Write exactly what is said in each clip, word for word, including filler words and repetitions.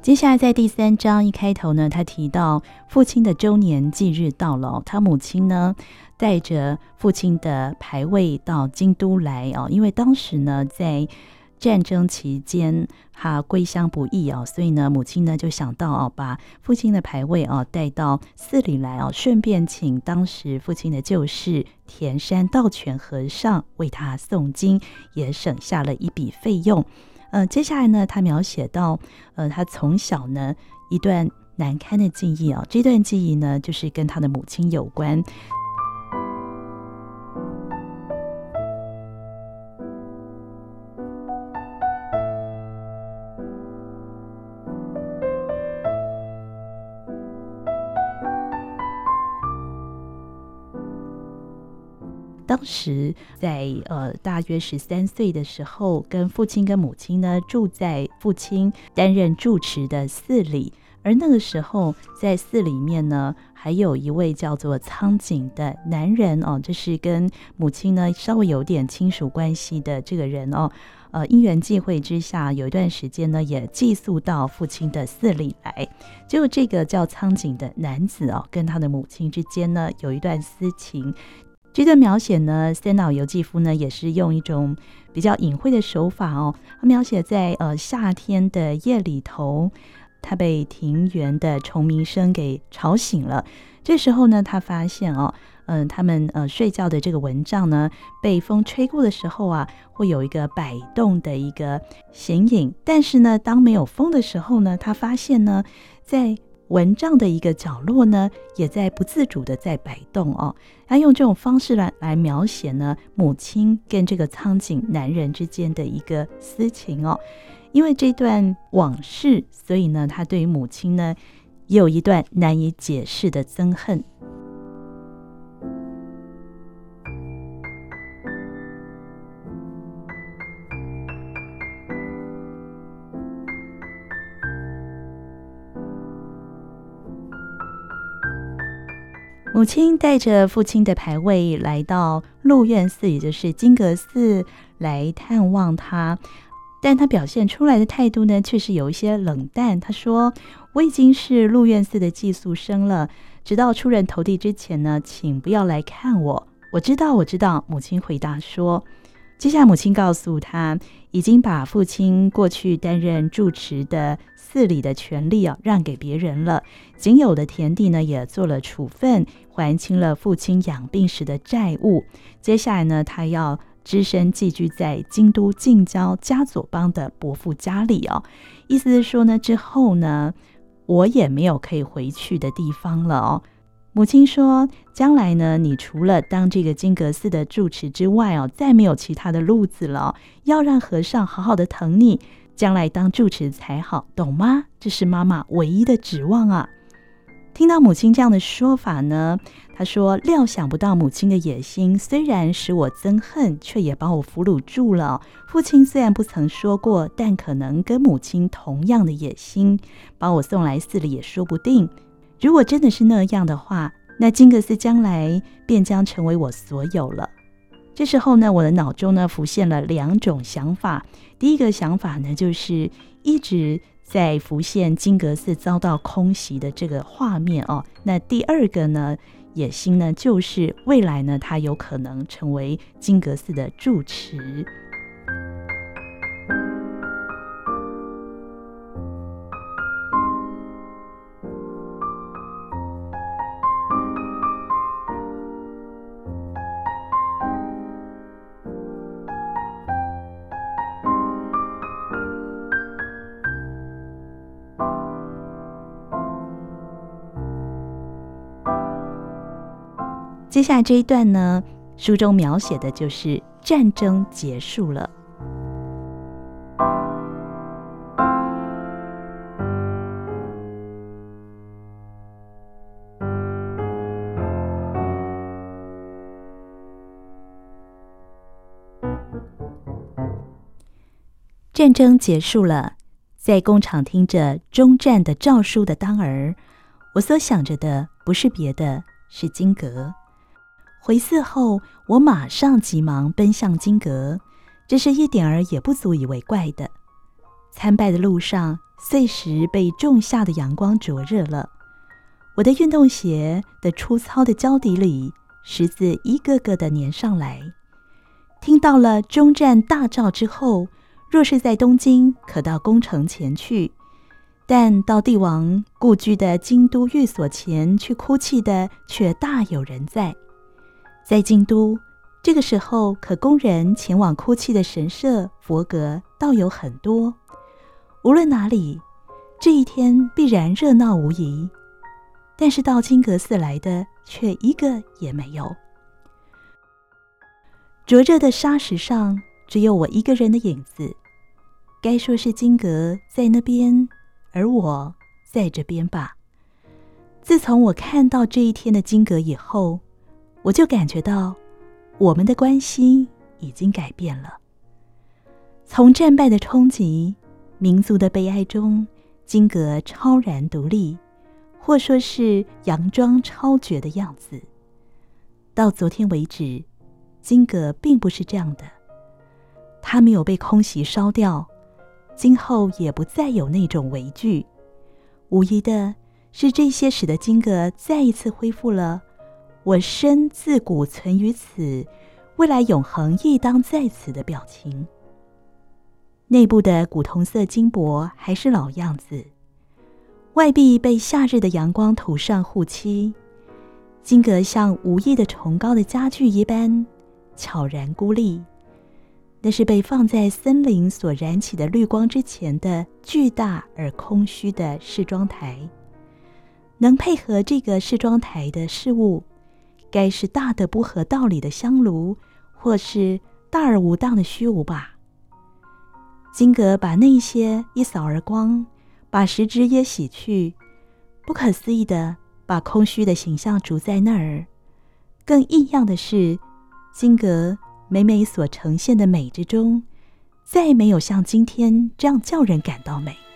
接下来在第三章一开头呢，他提到父亲的周年忌日到了，他母亲呢带着父亲的牌位到京都来哦，因为当时呢在战争期间他归乡不易哦，所以呢母亲呢就想到哦，把父亲的牌位哦带到寺里来哦，顺便请当时父亲的旧识田山道全和尚为他诵经，也省下了一笔费用。呃，接下来呢，他描写到，呃，他从小呢一段难堪的记忆啊，这段记忆呢，就是跟他的母亲有关。当时在呃大约十三岁的时候，跟父亲跟母亲呢住在父亲担任住持的寺里，而那个时候在寺里面呢，还有一位叫做苍井的男人哦，这是跟母亲呢稍微有点亲属关系的这个人哦。呃，因缘际会之下，有一段时间呢，也寄宿到父亲的寺里来。结果这个叫苍井的男子哦，跟他的母亲之间呢，有一段私情。这段描写呢，森岛由纪夫呢也是用一种比较隐晦的手法哦，他描写在呃夏天的夜里头，他被庭园的虫鸣声给吵醒了。这时候呢，他发现哦，嗯、呃，他们呃睡觉的这个蚊帐呢，被风吹过的时候啊，会有一个摆动的一个形影。但是呢，当没有风的时候呢，他发现呢，在蚊帐的一个角落呢，也在不自主的在摆动哦。他用这种方式来来描写呢，母亲跟这个苍井男人之间的一个私情哦。因为这段往事，所以呢，他对于母亲呢，也有一段难以解释的憎恨。母亲带着父亲的牌位来到鹿苑寺，也就是金阁寺来探望他，但他表现出来的态度呢，却是有一些冷淡。他说：“我已经是鹿苑寺的寄宿生了，直到出人头地之前呢，请不要来看我。”我知道，我知道。母亲回答说。接下来母亲告诉他，已经把父亲过去担任住持的寺里的权利啊让给别人了，仅有的田地呢也做了处分，还清了父亲养病时的债务。接下来呢，他要只身寄居在京都近郊加佐邦的伯父家里哦，意思是说呢，之后呢，我也没有可以回去的地方了哦。母亲说，将来呢，你除了当这个金阁寺的住持之外哦，再没有其他的路子了哦，要让和尚好好的疼你，将来当住持才好，懂吗？这是妈妈唯一的指望啊。听到母亲这样的说法呢，他说，料想不到母亲的野心虽然使我憎恨，却也把我俘虏住了。父亲虽然不曾说过，但可能跟母亲同样的野心，把我送来寺里也说不定。如果真的是那样的话，那金阁寺将来便将成为我所有了。这时候呢，我的脑中呢浮现了两种想法。第一个想法呢，就是一直在浮现金阁寺遭到空袭的这个画面哦。那第二个呢，野心呢，就是未来呢，他有可能成为金阁寺的住持。接下来这一段呢，书中描写的就是战争结束了。战争结束了，在工厂听着终战的诏书的当儿，我所想着的不是别的，是金阁。回寺后，我马上急忙奔向金阁，这是一点儿也不足以为怪的。 参拜的路上碎石被仲夏的阳光灼热了，我的运动鞋的粗糙的胶底里石子一个个的粘上来。听到了终战大诏之后，若是在东京，可到宫城前去，但到帝王故居的京都寓所前去哭泣的却大有人在。在京都这个时候，可供人前往哭泣的神社佛阁倒有很多，无论哪里，这一天必然热闹无疑。但是到金阁寺来的却一个也没有。灼热的沙石上只有我一个人的影子，该说是金阁在那边，而我在这边吧。自从我看到这一天的金阁以后，我就感觉到我们的关系已经改变了。从战败的冲击、民族的悲哀中，金阁超然独立，或说是佯装超绝的样子。到昨天为止，金阁并不是这样的，它没有被空袭烧掉，今后也不再有那种畏惧。无疑的是，这些使得金阁再一次恢复了我身自古存于此，未来永恒亦当在此的表情。内部的古铜色金箔还是老样子，外壁被夏日的阳光涂上护漆，金阁像无意的崇高的家具一般悄然孤立。那是被放在森林所燃起的绿光之前的巨大而空虚的侍妆台。能配合这个侍妆台的事物，该是大得不合道理的香炉，或是大而无当的虚无吧。金阁把那些一扫而光，把石枝也洗去，不可思议的把空虚的形象筑在那儿。更异样的是，金阁每每所呈现的美之中，再没有像今天这样叫人感到美。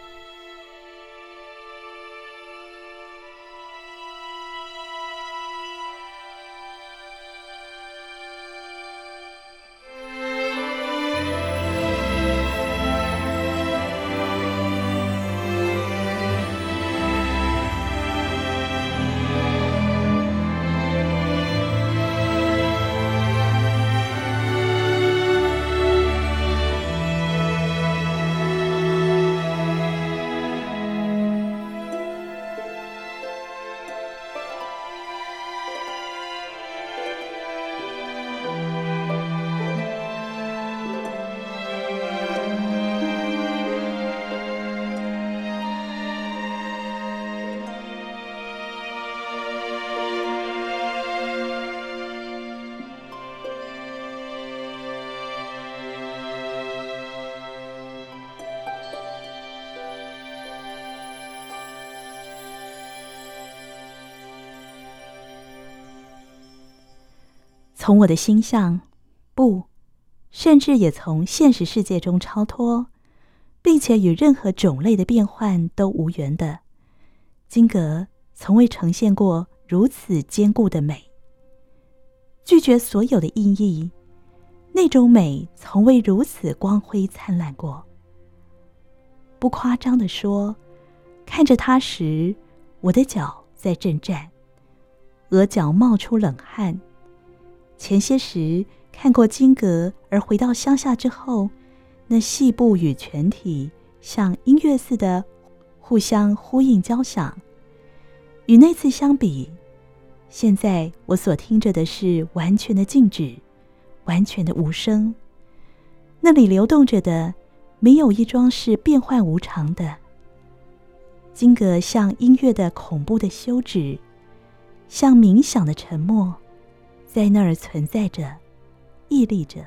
从我的心象，不，甚至也从现实世界中超脱，并且与任何种类的变换都无缘的，金阁从未呈现过如此坚固的美。拒绝所有的意义，那种美从未如此光辉灿烂过。不夸张地说，看着它时，我的脚在震颤，额角冒出冷汗。前些时看过金阁，而回到乡下之后，那细部与全体像音乐似的互相呼应交响。与那次相比，现在我所听着的是完全的静止，完全的无声。那里流动着的没有一桩是变幻无常的。金阁像音乐的恐怖的休止，像冥想的沉默，在那儿存在着，屹立着。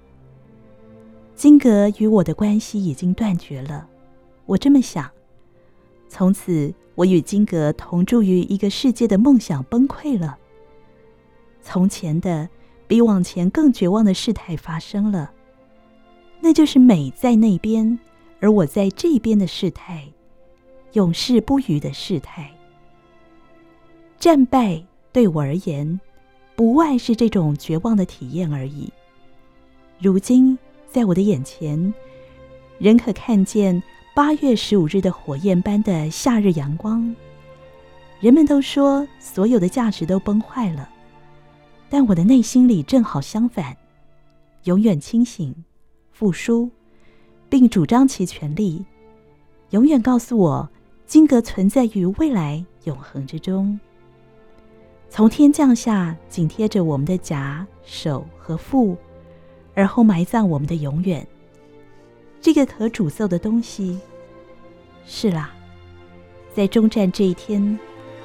金阁与我的关系已经断绝了，我这么想。从此我与金阁同住于一个世界的梦想崩溃了。从前的比往前更绝望的事态发生了，那就是美在那边，而我在这边的事态，永世不渝的事态。战败对我而言，不外是这种绝望的体验而已。如今在我的眼前， 仍可看见八月十五日的火焰般的夏日阳光。人们都说所有的价值都崩坏了，但我的内心里正好相反，永远清醒、复苏，并主张其权利，永远告诉我金阁存在于未来永恒之中。从天降下，紧贴着我们的甲、手和腹，而后埋葬我们的永远。这个可诅咒的东西，是啦，在终战这一天，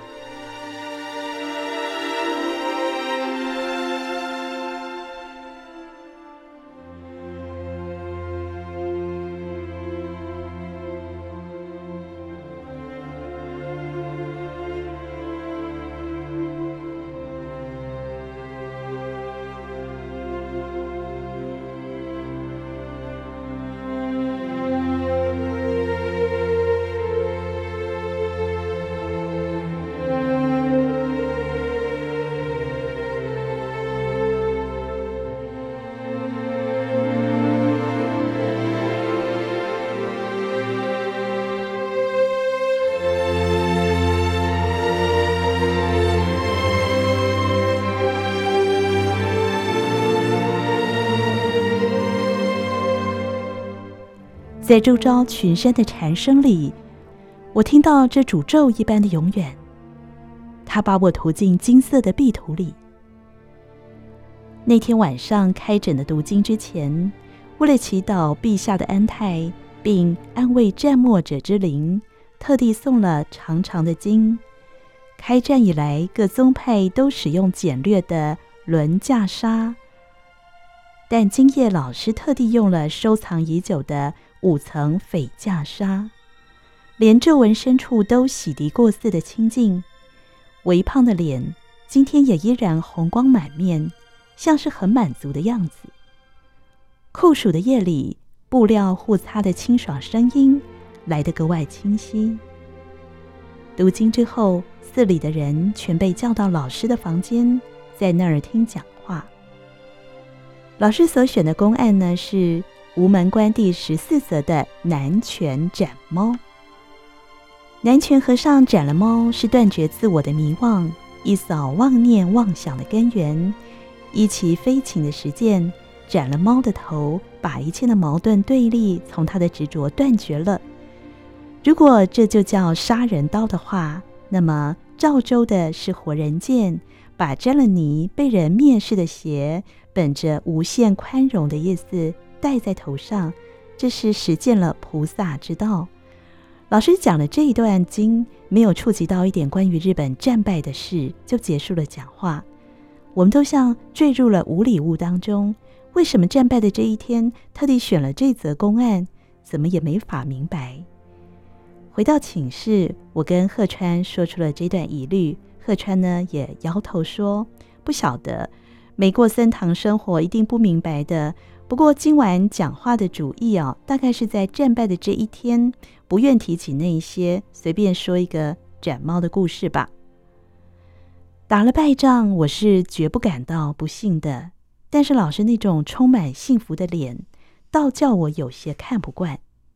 在周遭群山的蝉声里，我听到这诅咒一般的永远，它把我涂进金色的壁土里。那天晚上开诊的读经之前，为了祈祷陛下的安泰，并安慰战没者之灵，特地诵了长长的经。开战以来，各宗派都使用简略的轮架纱，但今夜老师特地用了收藏已久的五层翡架纱，连皱纹深处都洗涤过似的清净。微胖的脸今天也依然红光满面，像是很满足的样子。酷暑的夜里，布料互擦的清爽声音来得格外清晰。读经之后，寺里的人全被叫到老师的房间，在那儿听讲话。老师所选的公案呢，是无门关第十四则的南泉斩猫。南泉和尚斩了猫，是断绝自我的迷妄，一扫妄念妄想的根源，依其非情的实践，斩了猫的头，把一切的矛盾对立从他的执着断绝了。如果这就叫杀人刀的话，那么赵州的是活人剑，把沾了泥被人蔑视的鞋，本着无限宽容的意思戴在头上，这是实践了菩萨之道。老师讲了这一段经，没有触及到一点关于日本战败的事，就结束了讲话。我们都像坠入了无里雾当中，为什么战败的这一天特地选了这则公案，怎么也没法明白。回到寝室，我跟鹤川说出了这段疑虑，鹤川呢也摇头说不晓得，没过僧堂生活一定不明白的。不过今晚讲话的主意哦，大概是在战败的这一天，不愿提起那一些，随便说一个斩猫的故事吧。打了败仗，我是绝不感到不幸的，但是老师那种充满幸福的脸，倒叫我有些看不惯。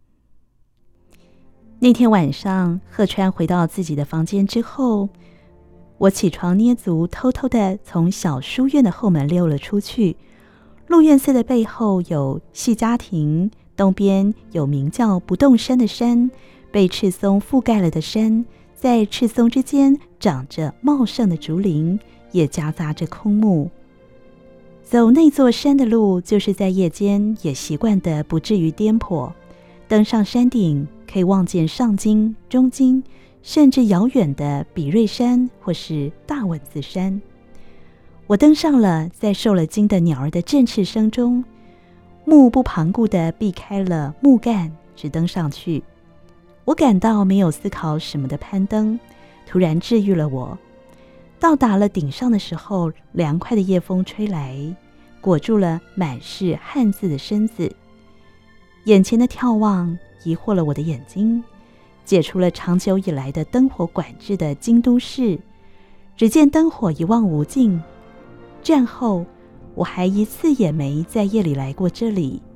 那天晚上，鹤川回到自己的房间之后，我起床捏足，偷偷地从小书院的后门溜了出去。鹿苑寺的背后有细家亭，东边有名叫不动山的山，被赤松覆盖了的山，在赤松之间长着茂盛的竹林，也夹杂着空木。走那座山的路，就是在夜间也习惯的不至于颠簸。登上山顶，可以望见上京、中京，甚至遥远的比瑞山或是大文字山。我登上了，在受了惊的鸟儿的振翅声中，目不旁顾地避开了木干，直登上去。我感到没有思考什么的攀登，突然治愈了我。到达了顶上的时候，凉快的夜风吹来，裹住了满是汉字的身子。眼前的眺望疑惑了我的眼睛，解除了长久以来的灯火管制的京都市。只见灯火一望无尽。战后我还一次也没在夜里来过这里，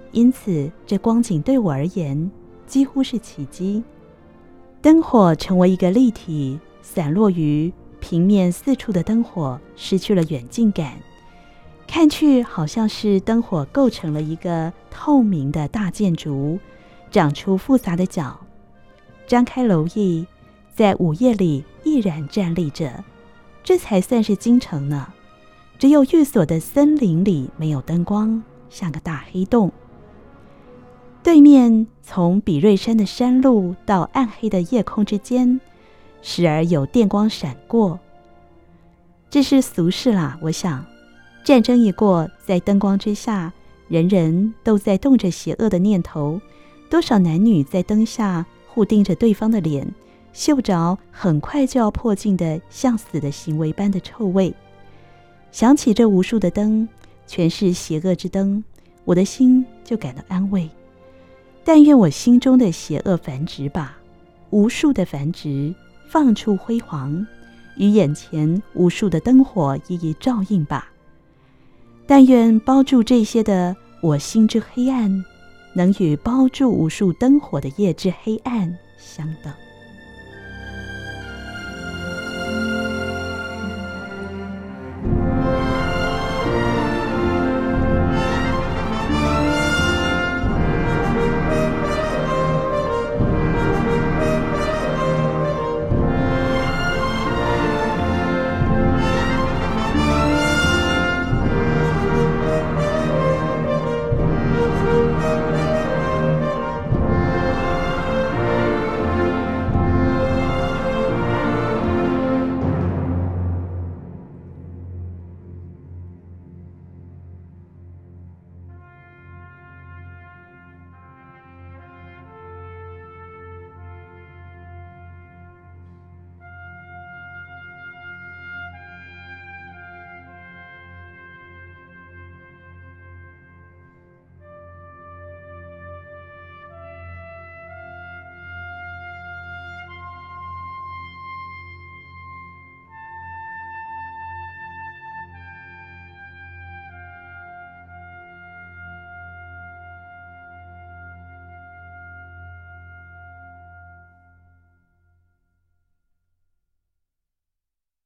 因此这光景对我而言几乎是奇迹。灯火成为一个立体，散落于平面四处的灯火失去了远近感，看去好像是灯火构成了一个透明的大建筑，长出复杂的角，张开楼翼，在午夜里毅然站立着，这才算是京城呢。只有寓所的森林里没有灯光，像个大黑洞。对面从比瑞山的山路到暗黑的夜空之间，时而有电光闪过。这是俗事啦，我想战争一过，在灯光之下，人人都在动着邪恶的念头，多少男女在灯下互盯着对方的脸，嗅着很快就要破镜的像死的行为般的臭味。想起这无数的灯，全是邪恶之灯，我的心就感到安慰。但愿我心中的邪恶繁殖吧，无数的繁殖，放出辉煌，与眼前无数的灯火一一照应吧。但愿包住这些的我心之黑暗，能与包住无数灯火的夜之黑暗相等。